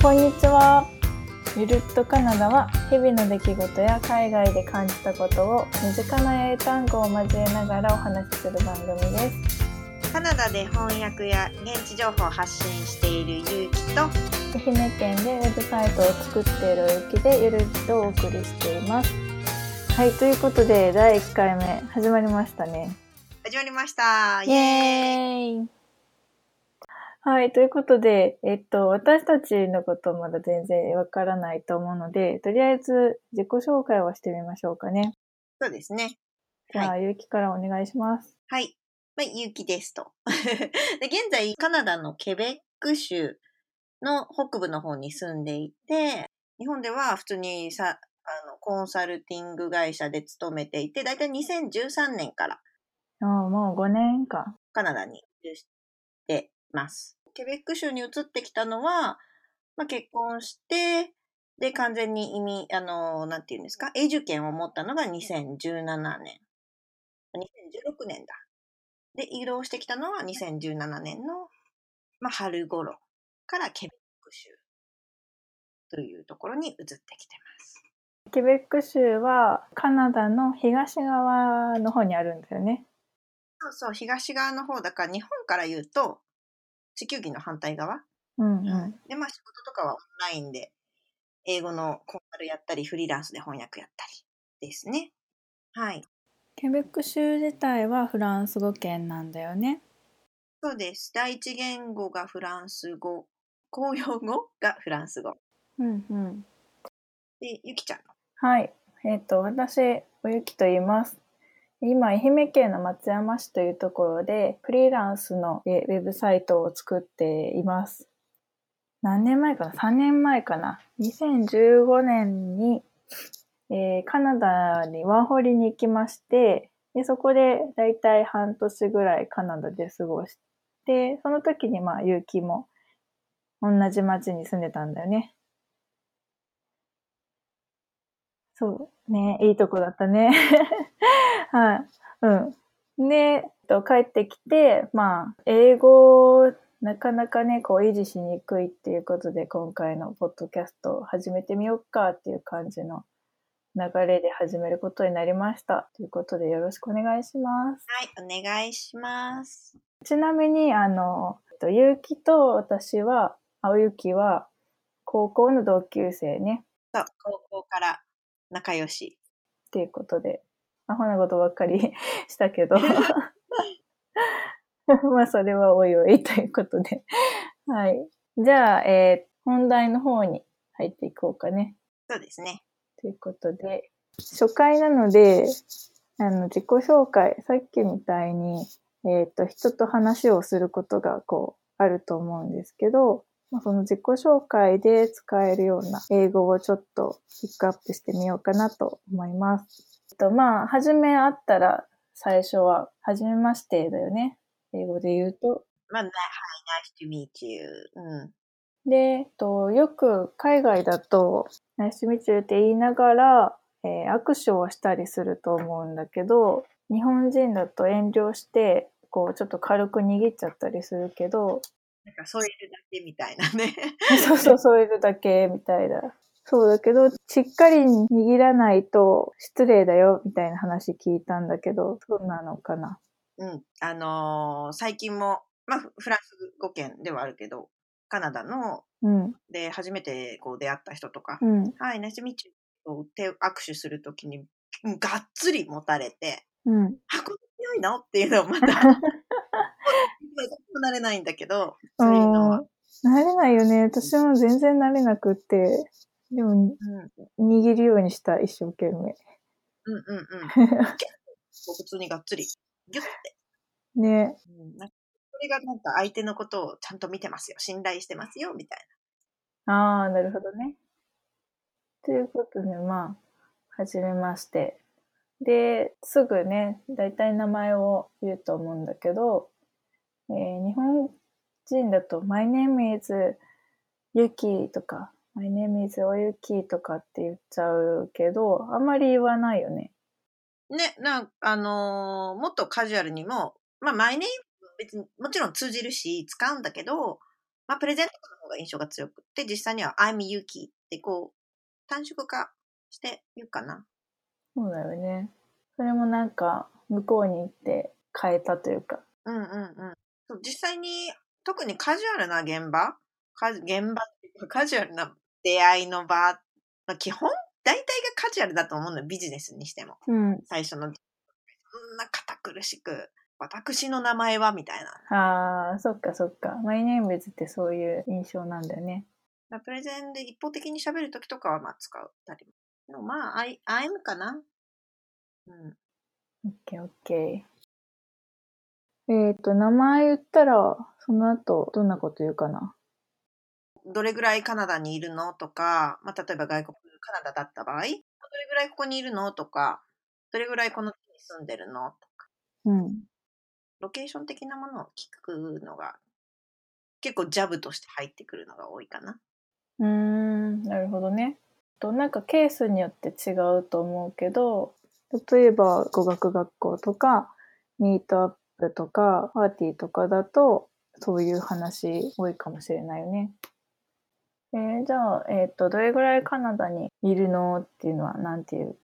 こんにちは。ゆるっとカナダは日々の出来事や海外で感じたことを身近な英単語を交えながらお話しする番組です。 カナダで翻訳や現地情報を発信しているゆうきと、 愛媛県でウェブサイトを作っているゆきでゆるっとお送りしています。はい、ということで第1回目始まりましたね。 始まりました。 イエーイ。はい、ということで、私たちのことまだ全然わからないと思うので、とりあえず自己紹介をしてみましょうかね。 そうですね。 じゃあ、 はい。 ゆうきからお願いします。 はい。ゆうきですと。で、現在、カナダのケベック州の北部の方に住んでいて、日本では普通にコンサルティング会社で勤めていて、だいたい2013年からもう5年か。 カナダに移住してます。ケベック州に移ってきたのは、結婚して、で、完全になんていうんですか、永住権を持ったのが2017年。2016年だ。で、移動してきたのは2017年の、春頃からケベック州というところに移ってきてます。 ケベック州はカナダの東側の方にあるんですよね。 そうそう、東側の方だから、日本から言うと、地球儀の反対側。 うんうん。 で、仕事とかはオンラインで、英語のコンサルやったり、フリーランスで翻訳やったりですね。はい。 ケベック州自体はフランス語圏なんだよね。 そうです。第一言語がフランス語、公用語がフランス語。 うんうん。 で、ゆきちゃんの。 はい。私、おゆきと言います。今、愛媛県の松山市というところで、フリーランスのウェブサイトを作っています。何年前かな ?3 年前かな ?2015 年に、カナダにワーホリに行きまして、でそこでだいたい半年ぐらいカナダで過ごして、その時にゆうきも同じ町に住んでたんだよね。そうね、いいとこだったね。はい。うん。で、帰ってきて、英語なかなかね、維持しにくいっていうことで、今回のポッドキャストを始めてみようかっていう感じの流れで始めることになりました。ということでよろしくお願いします。 はい、お願いします。 ちなみに、ゆうきと私は、おゆきは、高校の同級生ね。 そう、高校から仲良し。 っていうことで、アホなことばっかりしたけど。それはおいおいということで。はい。じゃあ、本題の方に入っていこうかね。 そうですね。 ということで、初回なので、自己紹介、さっきみたいに、人と話をすることがあると思うんですけど、その自己紹介で使えるような英語をちょっとピックアップしてみようかなと思います。初め会ったら最初は、はじめましてだよね。英語で言うと。 Hi, nice to meet you. で、よく海外だと、ナイスミチューって言いながら、握手をしたりすると思うんだけど、日本人だと遠慮して、ちょっと軽く握っちゃったりするけど、 なんか添えるだけみたいなね。 そう、添えるだけみたいな。そうだけど、しっかり握らないと失礼だよみたいな話聞いたんだけど、そうなのかな。 最近も、フランス語圏ではあるけど、カナダの、で、初めて出会った人とか、はい、ナイスミッチと握手するときに、がっつり持たれて、こんな強いのっていうのをまた、慣れないんだけど、そういうのは。 慣れないよね。私も全然慣れなくって。でも、握るようにした、一生懸命。 普通にがっつり、ギュッて。 ね。 それがなんか相手のことをちゃんと見てますよ。信頼してますよ、みたいな。なるほどね。ということで、はじめまして。で、すぐね、だいたい名前を言うと思うんだけど、日本人だと、My name is Yuki とか、My name is Oyuki とかって言っちゃうけど、あんまり言わないよね。 ね、もっとカジュアルにも、マイネーム別にもちろん通じるし、使うんだけど、プレゼントの方が印象が強くって、実際には I'm Yuki ってこう、短縮化して言うかな。 そうだよね。それもなんか、向こうに行って変えたというか。 うんうんうん。そう実際に、特にカジュアルな現場っていうかカジュアルな出会いの場、まあ、基本、大体がカジュアルだと思うのよ、ビジネスにしても。 うん。 最初の、そんな堅苦しく、私の名前はみたいな。 ああ、そっかそっか。マイネームズってそういう印象なんだよね。 プレゼンで一方的に喋るときとかはまあ使ったりも。でもまあ、I'm かな。うん。 オッケーオッケー。名前言ったら、その後、どんなこと言うかな。 どれぐらいカナダにいるのとか、まあ、例えばカナダだった場合、どれぐらいここにいるのとか、どれぐらいこの地に住んでるのとか、 うん。 ロケーション的なものを聞くのが、結構ジャブとして入ってくるのが多いかな。 なるほどね。なんかケースによって違うと思うけど、例えば語学学校とか、ミートアップとか、パーティーとかだと、そういう話多いかもしれないよね。じゃあ、どれぐらいカナダにいるのっていうのはなんていう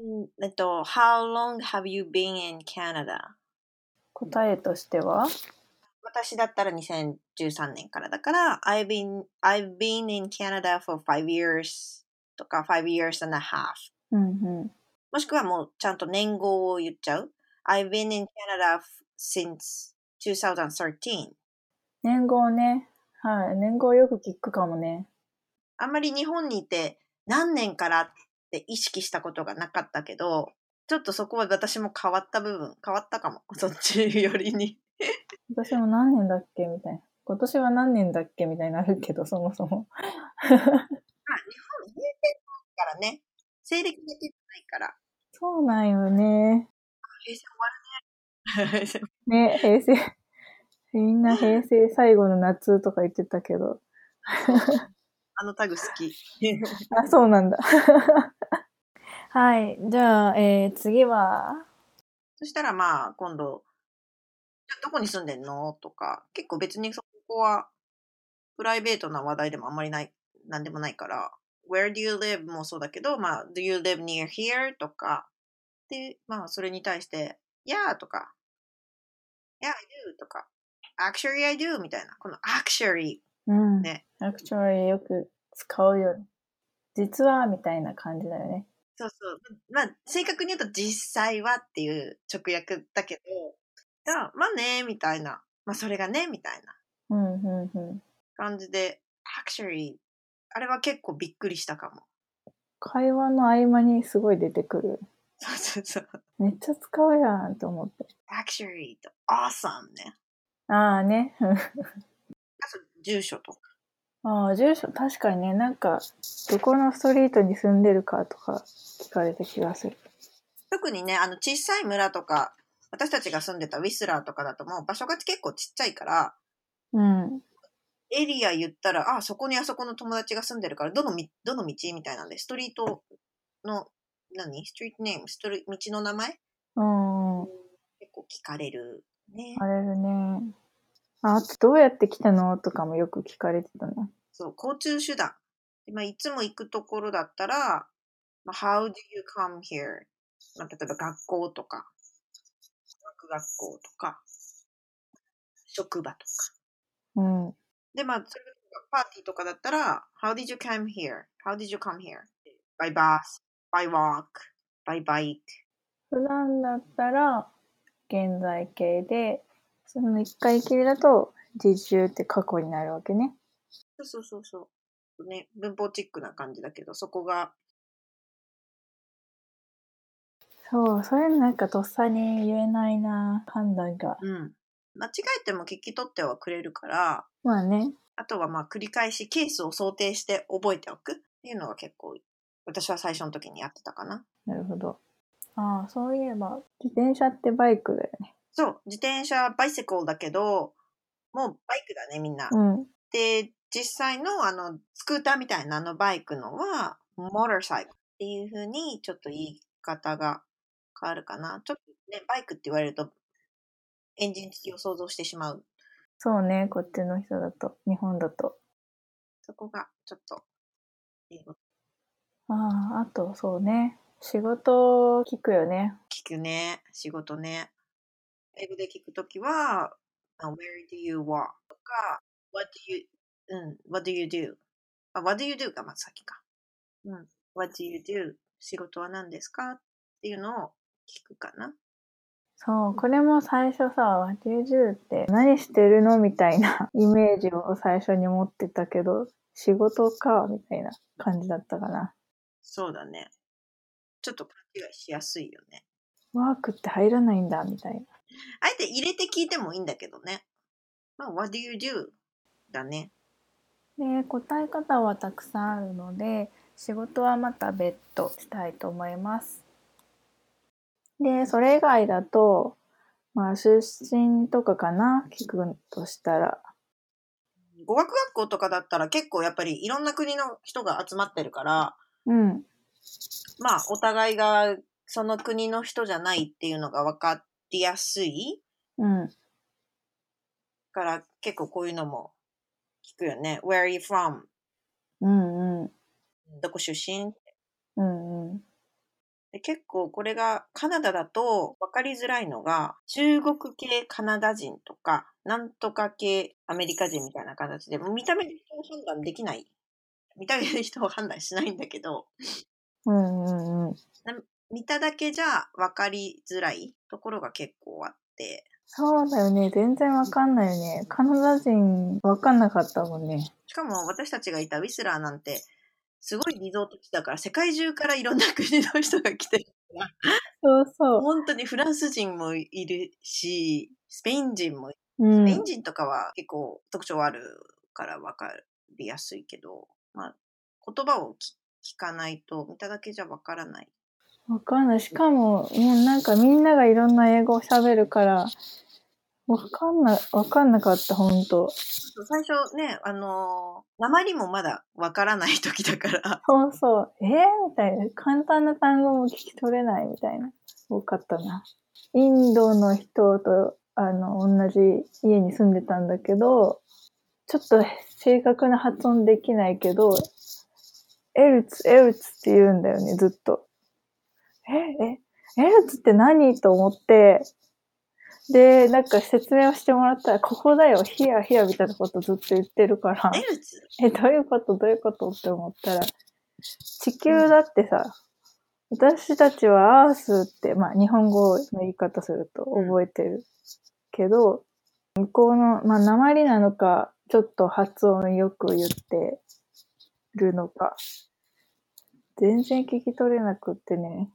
How long have you been in Canada? 答えとしては？ 私だったら2013年からだから、I've been in Canada for 5 years とか5 years and a half。 うんうん。 もしくはもうちゃんと年号を言っちゃう。I've been in Canada since 2013。 年号ね。はい。年号よく聞くかもね。 あんまり日本にいて何年からって意識したことがなかったけど、ちょっとそこは私も変わったかも。そっちよりに。 私も何年だっけみたいな。今年は何年だっけみたいになるけど、そもそも。 日本、平成からね。西暦だけじゃないから。 そうなんよね。 平成終わるね。 ね、平成、みんな平成最後の夏とか言ってたけど。 そう。あのタグ好き。 あ、そうなんだ。はい。じゃあ、次は？ そしたらまあ、今度、どこに住んでんのとか、結構別にそこはプライベートな話題でもあんまりない、なんでもないから、Where do you live? もそうだけど、まあ、Do you live near here? とか、で、まあ、それに対して、Yeah とか、Yeah, I do とか、Actually I do みたいな、この Actually うん。 ね。 actually よく使うよ。実はみたいな感じだよね。 そうそう。まあ、正確に言うと実際はっていう直訳だけど、まあね、みたいな。まあ、それがね、みたいなうんうんうん。 感じで、Actually、あれは結構びっくりしたかも。 会話の合間にすごい出てくる。 そうそうそう。 めっちゃ使うやんと思って。 Actually と Awesome ね。 ああね。 あと、住所とか。 ああ、住所、確かにね、なんか、どこのストリートに住んでるかとか聞かれた気がする。 特にね、小さい村とか、私たちが住んでたウィスラーとかだともう場所が結構ちっちゃいから、 うん。 エリア言ったら、あ、そこにあそこの友達が住んでるから、どの道みたいなんで、ストリートの、ストリートネーム、道の名前うん。 結構聞かれるね。 あれるね。あと、どうやって来たのとかもよく聞かれてたな。 そう、交通手段。でまあ、いつも行くところだったら、まあ、How do you come here? まあ、例えば学校とか、学校とか、職場とか。 うん。 で、まあ、それがパーティーとかだったら、How did you come here? How did you come here? By bus, by walk, by bike. 普段だったら、現在形で、その一回きりだと、自重って過去になるわけね。 そうそうそうそう。ね、文法チックな感じだけど、そこが、 そう、それなんかとっさに言えないな、判断が。 うん。間違えても聞き取ってはくれるから、 まあね。 あとはまあ繰り返しケースを想定して覚えておくっていうのが結構、私は最初の時にやってたかな。 なるほど。ああ、そういえば、自転車ってバイクだよね。 そう、自転車、バイセコルだけど、もうバイクだね、みんな。 うん。 で、実際のスクーターみたいなバイクのは、モーターサイクルっていう風にちょっと言い方が変わるかな。ちょっとね、バイクって言われるとエンジン付きを想像してしまう。 そうね、こっちの人だと、日本だと。 そこがちょっと英語あとそうね。仕事聞くよね。 聞くね。仕事ね。英語で聞くときは、Where do you work? とか、What do you do? What do you do がまず先か。What do you do? 仕事は何ですかっていうのを聞くかな。 そう、これも最初さ、What do you do? って何してるのみたいなイメージを最初に持ってたけど、仕事かみたいな感じだったかな。 そうだね。ちょっと勘違いしやすいよね。 ワークって入らないんだみたいな。 あえて入れて聞いてもいいんだけどね。What do you do? だね。 で、答え方はたくさんあるので、仕事はまた別途したいと思います。で、それ以外だと、出身とかかな、聞くとしたら。 語学学校とかだったら結構やっぱりいろんな国の人が集まってるから、 うん。 お互いがその国の人じゃないっていうのが分かりやすいうん。 から結構こういうのも聞くよね。Where are you from? うんうん。 どこ出身うんうん。 で結構これがカナダだと分かりづらいのが中国系カナダ人とかなんとか系アメリカ人みたいな形で見た目で人を判断できない。見た目で人を判断しないんだけど、 うんうんうん。 見ただけじゃ分かりづらいところが結構あって。 そうだよね。全然わかんないよね。カナダ人わかんなかったもんね。 しかも私たちがいたウィスラーなんてすごいリゾート地だから世界中からいろんな国の人が来てるからそうそう。 本当にフランス人もいるし、スペイン人も、スペイン人とかは結構特徴あるから分かりやすいけど、言葉を聞かないと見ただけじゃ分からない。 わかんない。しかも、もうなんかみんながいろんな英語を喋るから、わかんなかった、ほんと。 最初ね、訛りもまだ分からない時だから。 そうそう。みたいな。簡単な単語も聞き取れないみたいな。多かったな。インドの人と、同じ家に住んでたんだけど、ちょっと正確な発音できないけど、エルツって言うんだよね、ずっと。エルツって何と思って、で、なんか説明をしてもらったら、ここだよ、ヒアみたいなことずっと言ってるから、 エルツどういうことって思ったら、地球だってさ、私たちはアースって、日本語の言い方すると覚えてるけど、向こうの、訛りなのか、ちょっと発音よく言ってるのか、全然聞き取れなくってね。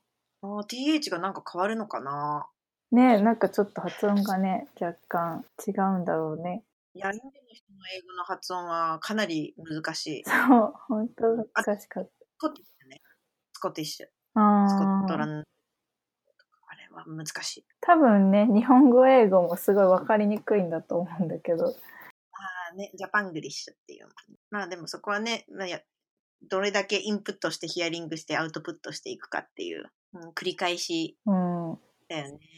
TH がなんか変わるのかな。 ね、なんかちょっと発音がね、若干違うんだろうね。 いや、インドの人の英語の発音はかなり難しい。 そう、本当難しかった。 スコティッシュ。スコットラあンド。あれは難しい。 多分ね、日本語英語もすごい分かりにくいんだと思うんだけど。 ジャパングリッシュっていう。でもそこはね、どれだけインプットしてヒアリングしてアウトプットしていくかっていう、繰り返しうん。 だよね。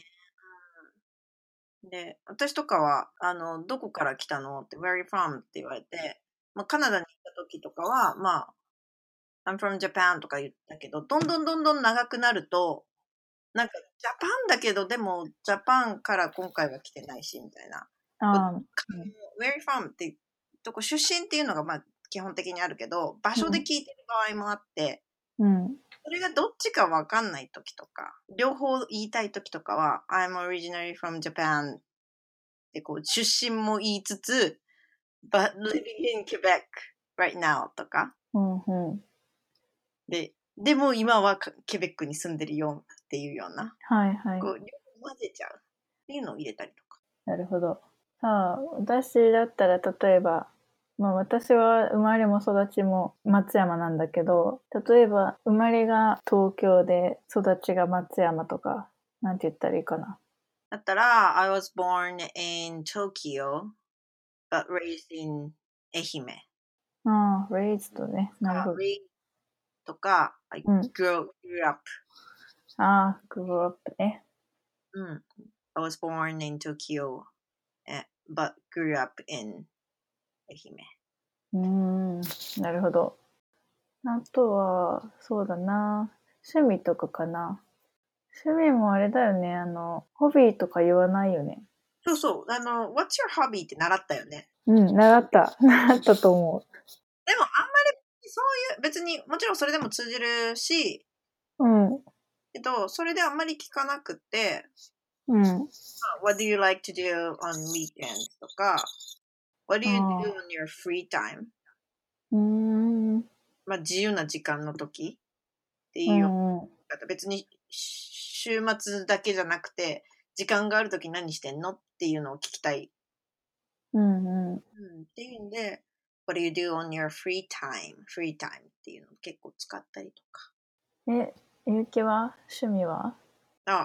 で、私とかは、どこから来たのって、Where are you from? って言われて、カナダに行った時とかは、I'm from Japan とか言ったけど、どんどん長くなると、なんか、ジャパンだけど、でも、ジャパンから今回は来てないし、みたいな。 あ Where are you from? ってとこ出身っていうのが基本的にあるけど、場所で聞いてる場合もあって、 うん。 それがどっちかわかんない時とか、両方言いたい時とかは、I'm originally from Japan ってこう出身も言いつつ、but living in Quebec right now とか、 うんうん。 でも今はケベックに住んでるよっていうような、 はいはい。 こう両方混ぜちゃうっていうのを入れたりとか。 なるほど。さあ、私だったら例えば、私は生まれも育ちも松山なんだけど、例えば生まれが東京で育ちが松山とか、なんて言ったらいいかな。 だったら、I was born in Tokyo, but raised in 愛媛。 raised ね。なるほど。 raised とか、I うん。 grew up. grew up ね。 I was born in Tokyo, but grew up in 愛媛。 なるほど。あとは、そうだな。趣味とかかな。趣味もあれだよね。ホビーとか言わないよね。 そうそう。What's your hobby? って習ったよね。 うん、習った。習ったと思でも、あんまり、そういう、別に、もちろんそれでも通じるし、 う。うん。 けど、それであんまり聞かなくて、 うん。 What do you like to do on weekends? とか、What do you do on your free time? まあ、自由な時間の時っていうような方、別に週末だけじゃなくて、時間がある時何してんのっていうのを聞きたい。っていうんで、What do you do on your free time? Free time っていうのを結構使ったりとか。 ゆうきは趣味は Oh,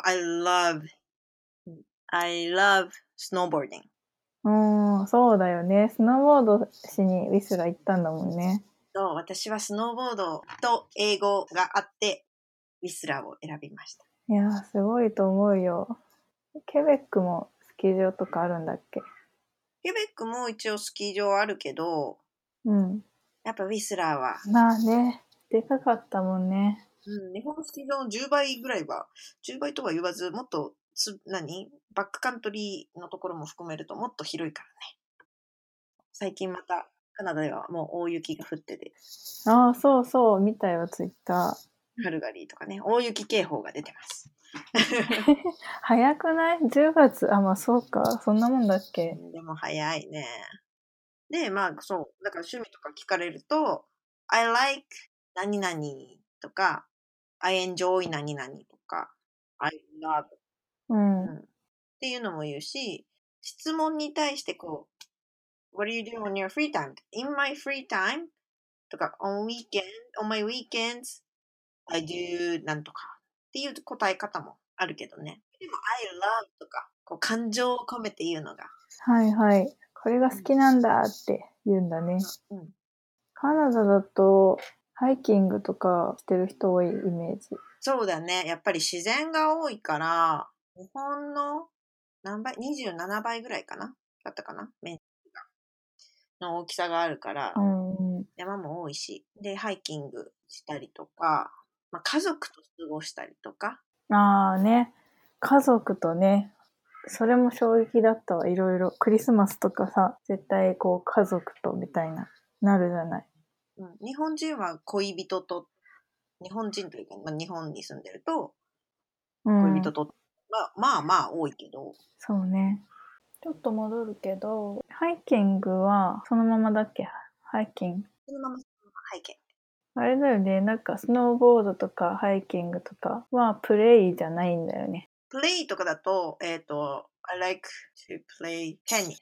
I love snowboarding. そうだよね。スノーボードしにウィスラ行ったんだもんね。 そう、私はスノーボードと英語があって、ウィスラーを選びました。 いや、すごいと思うよ。ケベックもスキー場とかあるんだっけ？ ケベックも一応スキー場あるけど、やっぱウィスラーは、 まあね、でかかったもんね。 日本のスキー場の10倍ぐらいは、10倍とは言わず、もっとバックカントリーのところも含めるともっと広いからね。最近またカナダではもう大雪が降ってて。 ああ、そうそう、見たよ、ツイッター。カルガリーとかね、大雪警報が出てます。 早くない？ 10 月。あ、まあそうか。そんなもんだっけ？ でも早いね。で、まあそう。だから趣味とか聞かれると、I like 何々とか、I enjoy 何々とか、I love っていうのも言うし、質問に対してこう、What do you do on your free time? In my free time? とか、on my weekends, I do なんとかっていう答え方もあるけどね。でも、I love とか、こう感情を込めて言うのが。 はいはい。これが好きなんだって言うんだね。カナダだと、ハイキングとかしてる人多いイメージ。 そうだね。やっぱり自然が多いから、日本の何倍 ?27 倍ぐらいかなだったかな面積がの大きさがあるから、山も多いし、で、ハイキングしたりとか、まあ、家族と過ごしたりとか。 ああね、家族とね、それも衝撃だったわ、いろいろ。クリスマスとかさ、絶対こう家族とみたいなるじゃない。 日本人は恋人と、日本人というか、まあ、日本に住んでると、恋人と、まあ多いけど。 そうね。ちょっと戻るけど、ハイキングはそのままだっけ？ハイキング。 そのままハイキング。 あれだよね、なんかスノーボードとかハイキングとかはプレイじゃないんだよね。 プレイとかだと、I like to play tennis,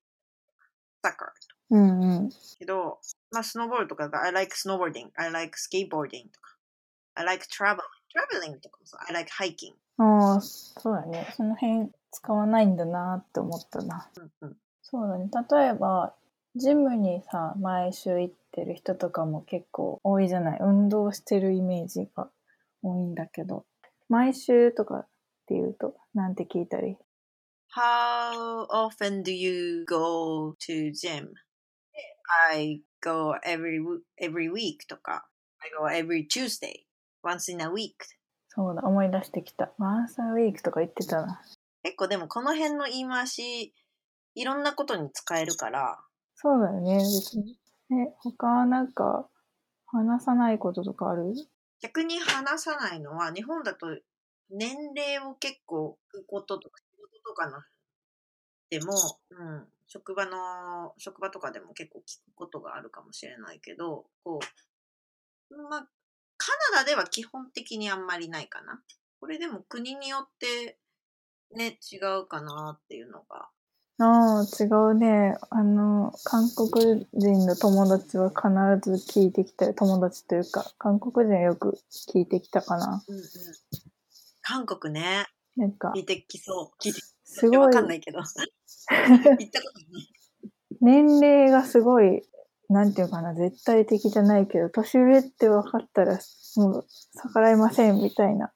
soccer. けど、まあ、スノーボードとかだと I like snowboarding, I like skateboarding とか、I like traveling とかもそう、I like hiking. ああ、そうだね。その辺使わないんだなって思ったな。そうだね。例えば、ジムにさ、毎週行ってる人とかも結構多いじゃない。運動してるイメージが多いんだけど。毎週とかって言うと、なんて聞いたり。 How often do you go to gym? I go every week とか、I go every Tuesday, once in a week. そうだ、思い出してきた。once a week とか言ってたな。 結構でもこの辺の言い回し、いろんなことに使えるから。 そうだよね、別に。他はなんか、話さないこととかある？ 逆に話さないのは、日本だと年齢を結構聞くこととか、仕事とかのでも、職場とかでも結構聞くことがあるかもしれないけど、まあ、カナダでは基本的にあんまりないかな。これでも国によってね、違うかなっていうのが。 ああ、違うね。韓国人の友達は必ず聞いてきたよ。友達というか、韓国人はよく聞いてきたかな。 韓国ね。 なんか、 聞いてきそう。 すごい。 わかんないけど。行ったことない。 年齢がすごい、なんていうかな、絶対的じゃないけど、年上って分かったら、もう逆らえませんみたいな。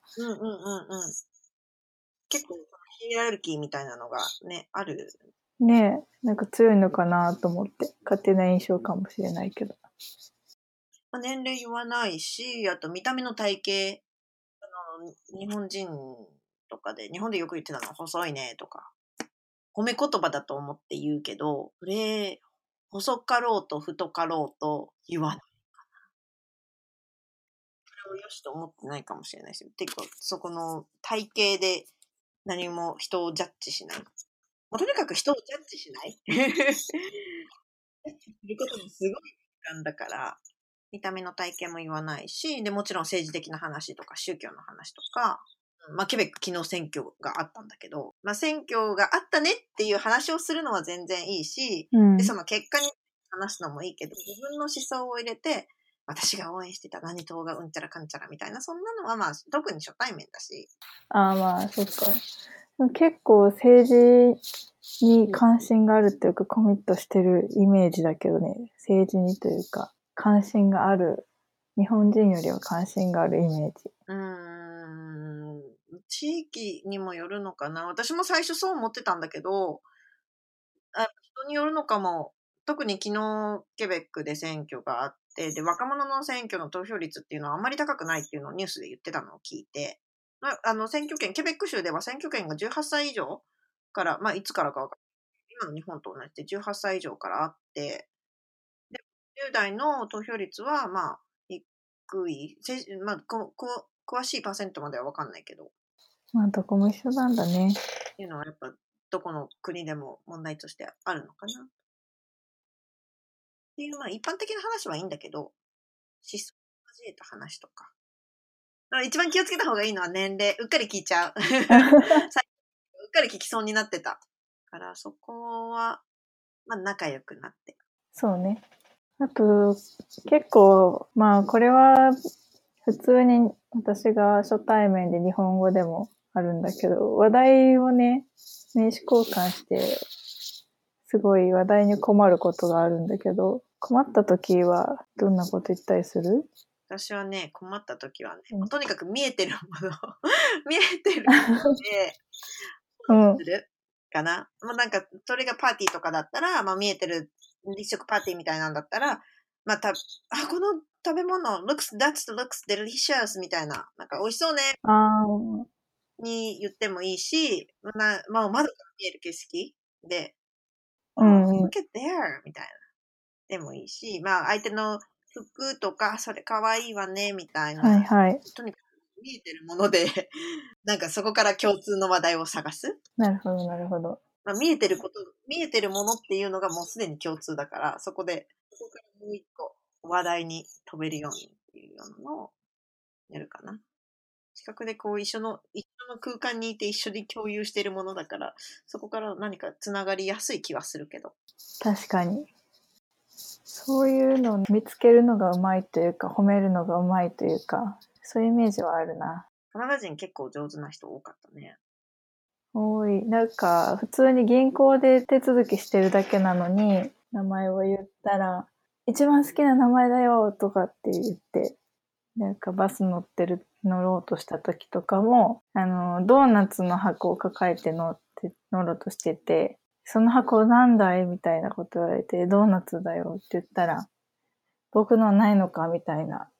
結構、ヒエラルキーみたいなのがね、ある。 ねえ、なんか強いのかなと思って、勝手な印象かもしれないけど。 年齢言わないし、あと見た目の体型、日本人とかで、日本でよく言ってたのは細いねとか、褒め言葉だと思って言うけど、それ、細かろうと太かろうと言わない。それをよしと思ってないかもしれないですよ。てか、そこの体型で何も人をジャッジしない。とにかく人をジャッジしない。ジャッジすることもすごい時間だから、見た目の体型も言わないし、で、もちろん政治的な話とか宗教の話とか、ケベック昨日選挙があったんだけど、選挙があったねっていう話をするのは全然いいし、で、その結果に話すのもいいけど、自分の思想を入れて、私が応援してた何党がうんちゃらかんちゃらみたいな、そんなのは特に初対面だし。 そっか。結構政治に関心があるっていうかコミットしてるイメージだけどね。政治にというか関心がある。日本人よりは関心があるイメージ。 地域にもよるのかな。私も最初そう思ってたんだけど、人によるのかも。特に昨日ケベックで選挙があって、で、若者の選挙の投票率っていうのはあんまり高くないっていうのをニュースで言ってたのを聞いて、選挙権、ケベック州では選挙権が18歳以上から、いつからかわかんない。今の日本と同じで18歳以上からあって、で、10代の投票率は、低い。詳しいパーセントまではわかんないけど。 どこも一緒なんだね。 っていうのはやっぱ、どこの国でも問題としてあるのかな。っていう、一般的な話はいいんだけど、思想を交えた話とか。一番気をつけた方がいいのは年齢。うっかり聞いちゃう。うっかり聞きそうになってた。だからそこは、仲良くなって。 そうね。あと、結構、これは普通に私が初対面で日本語でもあるんだけど、話題をね、名刺交換して、すごい話題に困ることがあるんだけど、困った時はどんなこと言ったりする？ 私はね、困った時はね、とにかく見えてるもの、見えてるもので、するかな。それがパーティーとかだったら、見えてる立食パーティーみたいなんだったら、この食べ物、that looks delicious みたいな、美味しそうね、に言ってもいいし、窓から見える景色で、look at there みたいな。でもいいし、相手の服とか、それ可愛いわね、みたいな。とにかく見えてるもので、そこから共通の話題を探す。 なるほど、なるほど。 見えてるものっていうのがもうすでに共通だから、そこからもう一個話題に飛べるようにっていうようなのをやるかな。近くで一緒の空間にいて一緒に共有しているものだから、そこから何かつながりやすい気はするけど。 確かに。そういうのを見つけるのがうまいというか、褒めるのがうまいというか、そういうイメージはあるな。 カナダ人結構上手な人多かったね。 多い。普通に銀行で手続きしてるだけなのに、名前を言ったら、一番好きな名前だよとかって言って、バス乗ろうとした時とかも、ドーナツの箱を抱えて乗ろうとしてて、その箱なんだいみたいなこと言われて、ドーナツだよって言ったら、僕のないのかみたいな。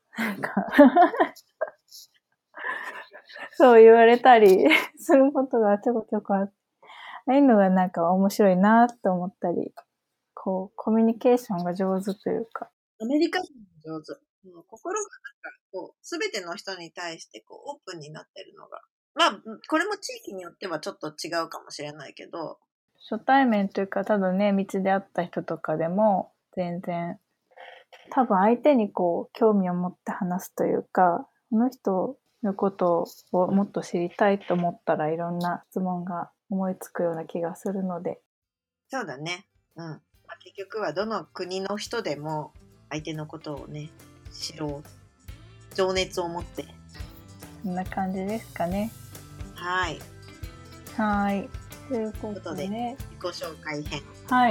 そう言われたりすることがちょこちょこあって、ああいうのが面白いなって思ったり、コミュニケーションが上手というか。 アメリカ人も上手。心がすべての人に対してオープンになってるのが。これも地域によってはちょっと違うかもしれないけど。 初対面というか、ただね、道で会った人とかでも、全然、多分相手に興味を持って話すというか、この人のことをもっと知りたいと思ったらいろんな質問が思いつくような気がするので。 そうだね。結局はどの国の人でも相手のことをね、知ろう。情熱を持って。 そんな感じですかね。 はい。 はい。ということで、自己紹介編。 はい。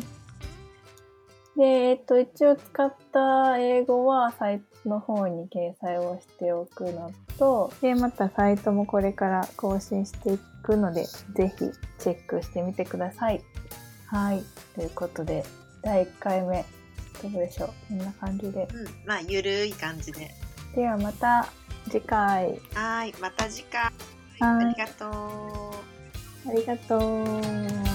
で、一応使った英語はサイトの方に掲載をしておくのと、で、またサイトもこれから更新していくので、ぜひチェックしてみてください。はい。ということで、第1回目どうでしょう。こんな感じで。 まあゆるい感じで。 ではまた次回。 はい、また次回。あはい、 りがとう。 ありがとう。